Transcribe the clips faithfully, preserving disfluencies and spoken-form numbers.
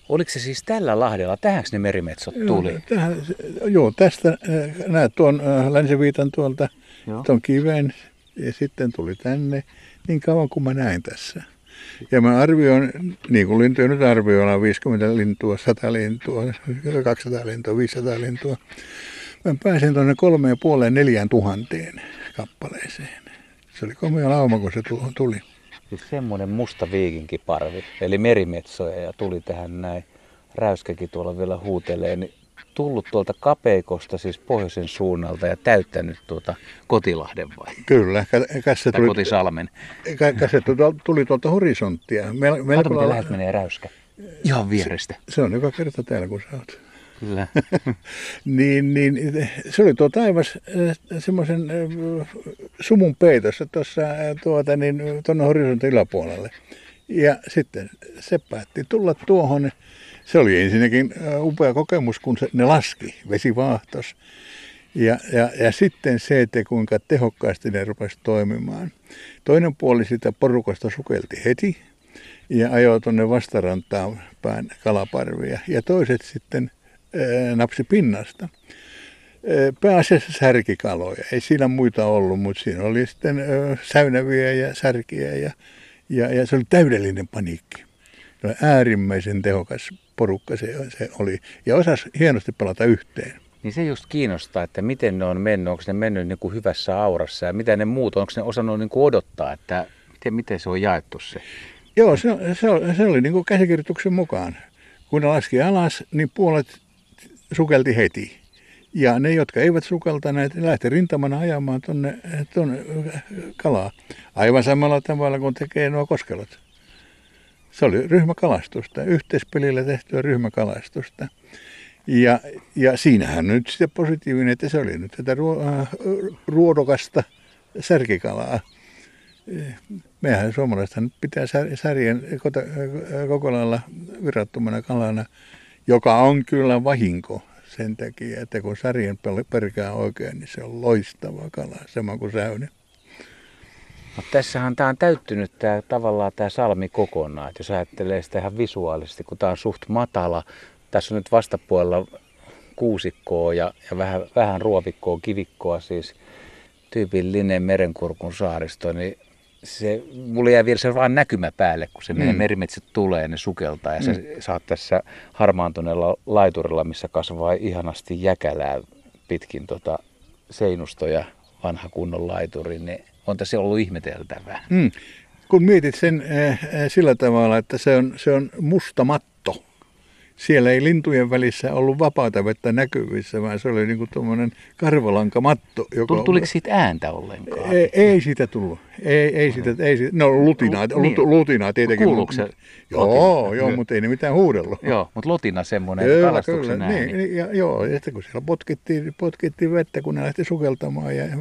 Oliko se siis tällä lahdella? Tähänkö ne merimetsot tuli? Joo, tähän, joo tästä näet tuon länsiviitan tuolta, tuon kiven ja sitten tuli tänne niin kauan kuin mä näin tässä. Ja mä arvioin, niin kuin lintuja nyt arvioidaan, viisikymmentä lintua, sata lintua, kaksisataa lintua, viisisataa lintua. Mä pääsin tuonne kolmeen puoleen neljään tuhanteen kappaleeseen. Se oli komea lauma, kun se tuli. Siis semmoinen musta viikinkiparvi, eli merimetsoja, ja tuli tähän näin. Räyskäkin tuolla vielä huutelee, niin tullut tuolta Kapeikosta, siis pohjoisen suunnalta, ja täyttänyt tuota Kotilahden vai? Kyllä. Kässä tuli, Kotisalmen. Kässä tuli tuolta horisonttia. Mel, Kato, miten lähet menee Räyskä. Ihan vierestä. Se, se on joka kerta täällä, kun sä oot. Kyllä. niin, niin, se oli tuo taivas semmoisen sumun peitossa tuossa tuota, niin, tuonne horisontin yläpuolelle. Ja sitten se päätti tulla tuohon. Se oli ensinnäkin upea kokemus, kun se, ne laski, vesi vaahtos. Ja, ja, ja sitten se, että kuinka tehokkaasti ne rupesi toimimaan. Toinen puoli sitä porukasta sukelti heti ja ajoi tuonne vastarantaan päin kalaparvia. Ja toiset sitten ää, napsi pinnasta. Ää, pääasiassa särkikaloja. Ei siinä muita ollut, mutta siinä oli sitten ää, säynäviä ja särkiä ja, ja, ja se oli täydellinen paniikki. Se oli äärimmäisen tehokas porukka se, se oli ja osasi hienosti pelata yhteen. Niin se just kiinnostaa, että miten ne on mennyt, onko ne mennyt niin kuin hyvässä aurassa ja mitä ne muut on, onko ne osannut niin kuin odottaa, että miten, miten se on jaettu se? Joo, se, se, se oli niin kuin käsikirjoituksen mukaan. Kun ne laski alas, niin puolet sukelti heti. Ja ne, jotka eivät sukeltaneet, lähti rintamana ajamaan tuonne, tuonne kalaa. Aivan samalla tavalla kuin tekee nuo koskelot. Se oli ryhmäkalastusta, yhteispelillä tehtyä ryhmäkalastusta. Ja, ja siinähän nyt sitten positiivinen, että se oli nyt tätä ruodokasta särkikalaa. Mehän suomalaisethan pitää särjen koko lailla virattomana kalana, joka on kyllä vahinko sen takia, että kun särjen perkää oikein, niin se on loistava kala, sama kuin säyne. No, tässähän tämä on täyttynyt tämä, tavallaan tämä salmi kokonaan, että jos ajattelee sitä ihan visuaalisesti, kun tämä on suht matala. Tässä on nyt vastapuolella kuusikkoa ja, ja vähän, vähän ruovikkoa, kivikkoa, siis tyypillinen merenkurkun saaristo, niin se, mulla jää vielä se vaan näkymä päälle, kun se mm. merimetsät tulee ja ne sukeltaa ja mm. sä saat tässä harmaantuneella laiturilla, missä kasvaa ihanasti jäkälää pitkin tota seinustoja, vanha kunnon laituri, niin on tässä ollut ihmeteltävää. Mm. Kun mietit sen äh, sillä tavalla, että se on, se on musta matto. Siellä ei lintujen välissä ollut vapaata vettä näkyvissä, vaan se oli niin kuin tuommoinen karvalankamatto. Joka... Tuliko siitä ääntä ollenkaan? Ei, ei siitä tullut. Ei, ei sitä, ei siitä. No lutinaa, niin. lutinaa tietenkin. Kuuluuko se? Joo, lotina? joo, mutta ei ne mitään huudellut. Joo, mutta lotina semmoinen kyllä, kalastuksen kyllä, ääni. Niin, ja, joo, ja sitten kun siellä potkittiin, potkittiin vettä, kun ne lähti sukeltamaan ja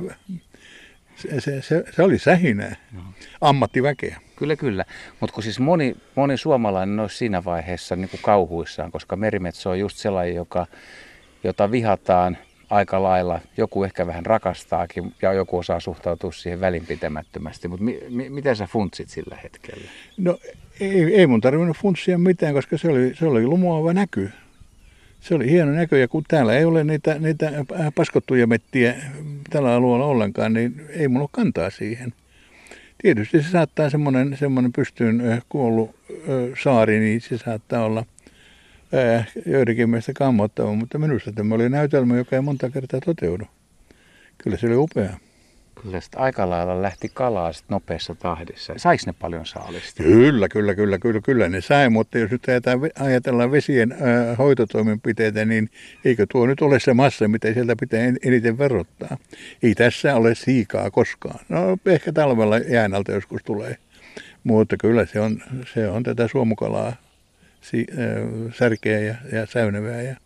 se, se, se, se oli sähinää, no. ammattiväkeä. Kyllä, kyllä. Mutta kun siis moni, moni suomalainen olisi siinä vaiheessa niin kuin kauhuissaan, koska merimetso on just sellainen, joka, jota vihataan aika lailla. Joku ehkä vähän rakastaakin ja joku osaa suhtautua siihen välinpitämättömästi. Mutta mi, mi, mitä sä funtsit sillä hetkellä? No ei, ei mun tarvinnut funtsia mitään, koska se oli, se oli lumoava näky. Se oli hieno näkö, ja kun täällä ei ole niitä, niitä paskottuja mettiä tällä alueella ollenkaan, niin ei mulla ole kantaa siihen. Tietysti se saattaa semmoinen, semmoinen pystyyn kuollut saari, niin se saattaa olla ää, joidenkin mielestä kammottava, mutta minusta tämä oli näytelmä, joka ei monta kertaa toteudu. Kyllä se oli upea. Kyllä sitten aika lailla lähti kalaa sit nopeassa tahdissa. Saiko ne paljon saalista? Kyllä, kyllä, kyllä, kyllä, kyllä ne sai, mutta jos nyt ajatellaan vesien ää, hoitotoimenpiteitä, niin eikö tuo nyt ole se massa, mitä sieltä pitää eniten verottaa? Ei tässä ole siikaa koskaan. No ehkä talvella jään alta joskus tulee, mutta kyllä se on, se on tätä suomukalaa, si, ää, särkeä ja, ja säynävää ja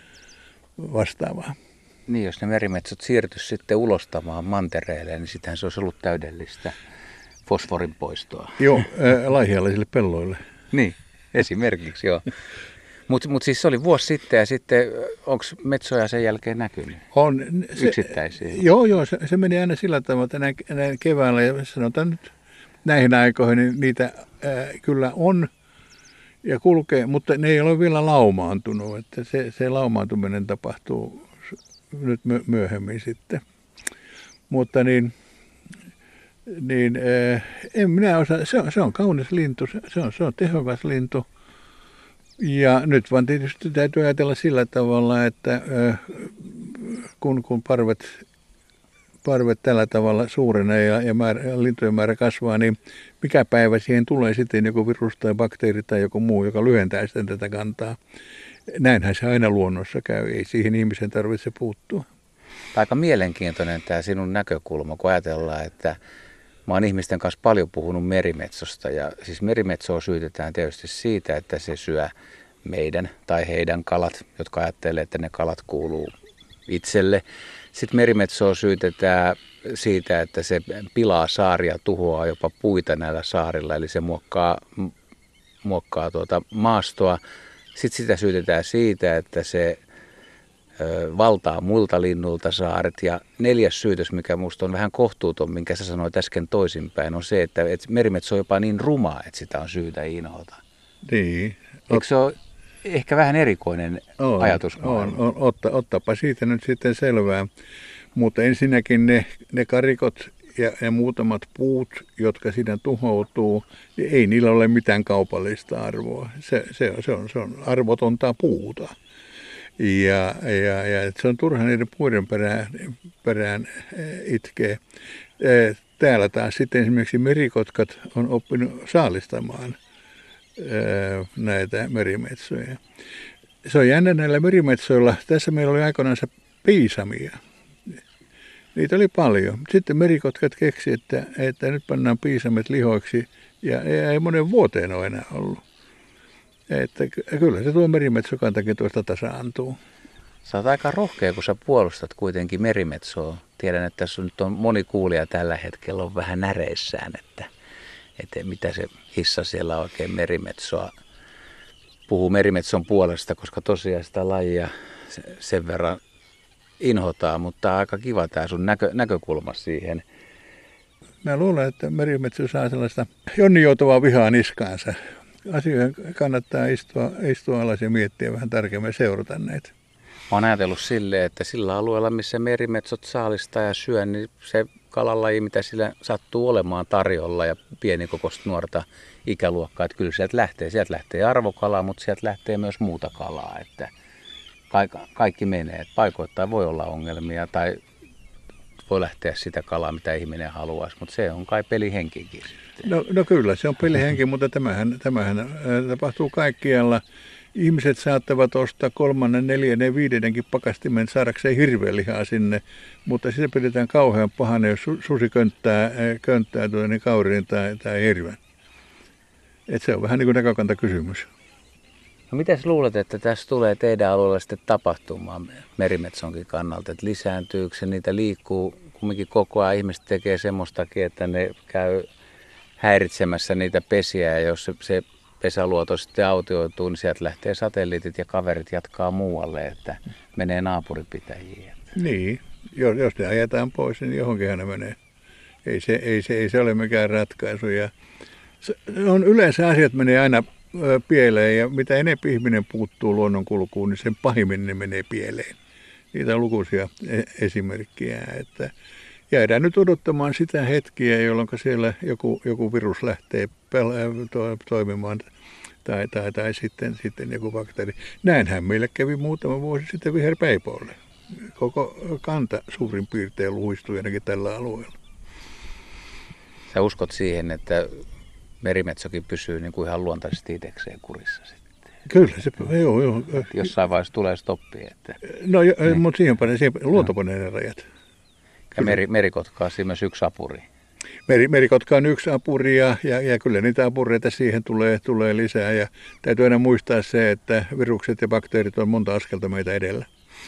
vastaavaa. Niin, jos ne merimetsot siirtyisi sitten ulostamaan mantereelle, niin sittenhän se olisi ollut täydellistä fosforin poistoa. Joo, ää, laihialaisille pelloille. Niin, esimerkiksi joo. Mutta mut siis se oli vuosi sitten ja sitten onko metsoja sen jälkeen näkynyt? On. Se, yksittäisiä? Joo, joo, se, se meni aina sillä tavalla, että näin, näin keväällä ja sanotaan nyt näihin aikoihin, niin niitä ää, kyllä on. ja kulkee, mutta ne ei ole vielä laumaantunut, että se, se laumaantuminen tapahtuu nyt myöhemmin sitten. Mutta niin, niin eh, en minä osaa, se on, se on kaunis lintu, se on, se on tehokas lintu. Ja nyt vaan tietysti täytyy ajatella sillä tavalla, että eh, kun, kun parvet, parvet tällä tavalla suurenee ja, ja määrä, lintujen määrä kasvaa, niin mikä päivä siihen tulee sitten joku virus tai bakteeri tai joku muu, joka lyhentää sitten tätä kantaa. Näinhän se aina luonnossa käy, ei siihen ihmisen tarvitse puuttua. Aika mielenkiintoinen tämä sinun näkökulma, kun ajatellaan, että mä oon ihmisten kanssa paljon puhunut merimetsosta. Ja siis merimetsoa syytetään tietysti siitä, että se syö meidän tai heidän kalat, jotka ajattelee, että ne kalat kuuluu itselle. Sitten merimetsoa syytetään siitä, että se pilaa saaria, tuhoaa jopa puita näillä saarilla, eli se muokkaa, muokkaa tuota maastoa. Sitten sitä syytetään siitä, että se ö, valtaa muilta linnulta saaret. Ja neljäs syytös, mikä minusta on vähän kohtuuton, minkä sä sanoit äsken toisinpäin, on se, että et merimetso on jopa niin ruma, että sitä on syytä inhota. Niin. Eikö se ole ehkä vähän erikoinen on, ajatusmaailma? On, on. Otta, ottapa siitä nyt sitten selvää. Mutta ensinnäkin ne, ne karikot ja, ja muutamat puut, jotka siinä tuhoutuu, niin ei niillä ole mitään kaupallista arvoa. Se, se, se, on, se on arvotonta puuta. Ja, ja, ja se on turha niiden puiden perään, perään itkee. Täällä taas sitten esimerkiksi merikotkat on oppinut saalistamaan näitä merimetsoja. Se on jännä näillä merimetsoilla. Tässä meillä oli aikoinaan piisamia. Niitä oli paljon. Sitten merikotkat keksi, että, että nyt pannaan piisamet lihoiksi ja ei monen vuoteen ole enää ollut. Että kyllä se tuo merimetsokantakin tuosta tasaantuu. Sä oot aika rohkea, kun sä puolustat kuitenkin merimetsoa. Tiedän, että tässä nyt on moni kuulija tällä hetkellä on vähän näreissään, että, että mitä se hissa siellä oikein merimetsoa puhuu merimetson puolesta, koska tosiaan sitä lajia sen verran inhotaan, mutta aika kiva tämä sun näkö, näkökulma siihen. Mä luulen, että merimetso saa sellaista jonninjoutavaa vihaa niskaansa. Asioihin kannattaa istua, istua alas ja miettiä vähän tarkemmin, seurata näitä. Mä oon ajatellut silleen, että sillä alueella, missä merimetsot saalistaa ja syö, niin se kalalaji, mitä sillä sattuu olemaan tarjolla ja pienikokoista nuorta ikäluokkaa, että kyllä sieltä lähtee. Sieltä lähtee arvokalaa, mutta sieltä lähtee myös muuta kalaa, että kaikki menee. Että paikoittain voi olla ongelmia tai voi lähteä sitä kalaa, mitä ihminen haluaisi, mutta se on kai pelihenkikin. No, no kyllä, se on pelihenki, mutta tämähän, tämähän tapahtuu kaikkialla. Ihmiset saattavat ostaa kolmannen, neljännen, viidennekin pakastimen saadakseen hirveän lihaa sinne, mutta sitä pidetään kauhean pahana, jos susi könttää, könttää tuonne kauriin tai, tai hirven. Et se on vähän niin kuin näkökantakysymys. No mitäs luulet, että tässä tulee teidän alueella sitten tapahtumaan merimetsonkin kannalta, että lisääntyykö se, niitä liikkuu kumminkin koko ajan, ihmiset tekee semmoistakin, että ne käy häiritsemässä niitä pesiä ja jos se, se pesäluoto sitten autioituu, niin sieltä lähtee satelliitit ja kaverit jatkaa muualle, että menee naapuripitäjiin. Niin, jos, jos ne ajetaan pois, niin johonkinhan ne menee. Ei se, ei se, ei se ole mikään ratkaisu. Ja se on, yleensä asiat menee aina pieleen ja mitä enemmän ihminen puuttuu luonnonkulkuun, niin sen pahimmin ne menee pieleen. Niitä on lukuisia esimerkkejä, että jäädään nyt odottamaan sitä hetkiä, jolloin siellä joku, joku virus lähtee pel- to- toimimaan tai, tai, tai sitten, sitten joku bakteeri. Näinhän meille kävi muutama vuosi sitten viherpeipoolle. Koko kanta suurin piirtein luhistui ainakin tällä alueella. Sä uskot siihen, että merimetsokin pysyy niin kuin ihan luontaisesti itsekseen kurissa sitten? Kyllä, se, joo, joo. Jossain vaiheessa tulee stoppi. Että... No, jo, niin. Mutta siihen panee luontokoneiden rajat. Ja meri, merikotka on siinä myös yksi apuri. Meri, merikotka on yksi apuri ja, ja, ja kyllä niitä apureita siihen tulee, tulee lisää. Ja täytyy aina muistaa se, että virukset ja bakteerit on monta askelta meitä edellä.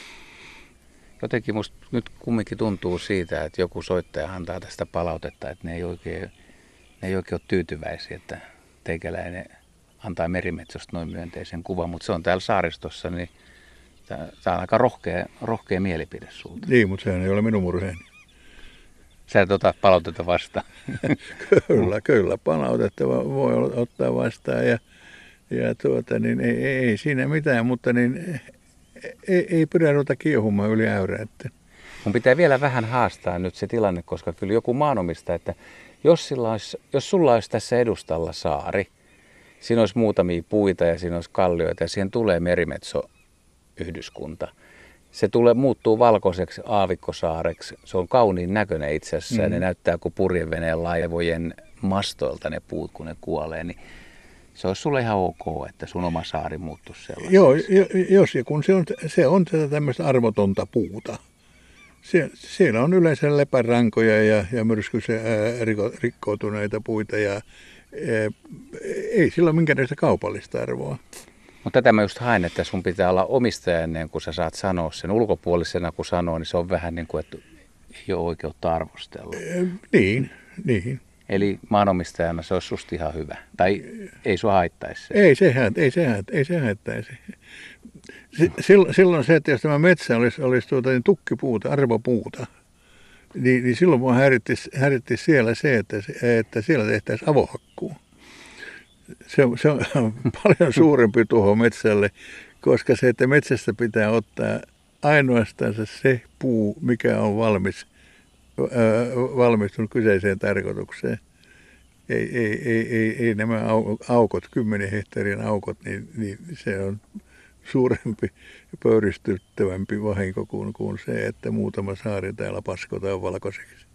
Jotenkin musta nyt kumminkin tuntuu siitä, että joku soittaja antaa tästä palautetta, että ne ei oikein, ne ei oikein ole tyytyväisiä, että teikäläinen antaa merimetsosta noin myönteisen kuvan. Mutta se on täällä saaristossa, niin tämä on aika rohkea, rohkea mielipide sulta. Niin, mutta sehän ei ole minun murheeni. Sä et ota palautetta vastaan. Kyllä, kyllä. Palautetta voi ottaa vastaan. Ja, ja tuota, niin ei, ei, ei siinä mitään, mutta niin, ei, ei pidä ruveta kiehumaan yli äyrää. Että. Mun pitää vielä vähän haastaa nyt se tilanne, koska kyllä joku maanomista, että jos, sillä olisi, jos sulla olisi tässä edustalla saari, siinä olisi muutamia puita ja siinä olisi kallioita ja siihen tulee merimetsoyhdyskunta. Se tulee, muuttuu valkoiseksi aavikkosaareksi. Se on kauniin näköinen itse asiassa mm. ja ne näyttää kuin purjeveneen laivojen mastoilta ne puut, kun ne kuolee. Niin se olisi sulle ihan ok, että sun oma saari muuttuisi sellaiseksi. Joo, jos ja kun se on, se on tätä tämmöistä arvotonta puuta. Sie, siellä on yleensä lepärankoja ja, ja myrskyssä rikkoutuneita puita ja ää, ei sillä ole minkäänlaista kaupallista arvoa. Mutta tätä mä just haen, että sun pitää olla omistaja ennen kuin sä saat sanoa sen. Ulkopuolisena kun sanoo, niin se on vähän niin kuin, että ei ole oikeutta arvostella. Ää, niin, niin. Eli maanomistajana se olisi susta ihan hyvä. Tai ei sua haittaisi se. Ei se, ei se, ei se haittaisi. Silloin se, että jos tämä metsä olisi, olisi tuota, niin tukkipuuta, arvopuuta, niin, niin silloin minua häiritti, häiritti siellä se, että, että siellä tehtäisiin avohakkuu. Se, se on paljon suurempi tuho metsälle, koska se, että metsästä pitää ottaa ainoastaan se puu, mikä on valmis, ää, valmistunut kyseiseen tarkoitukseen. Ei, ei, ei, ei, ei nämä aukot, kymmenen hehtaarin aukot, niin, niin se on suurempi ja pöyristyttävämpi vahinko kuin, kuin se, että muutama saari täällä paskotaan valkoiseksi.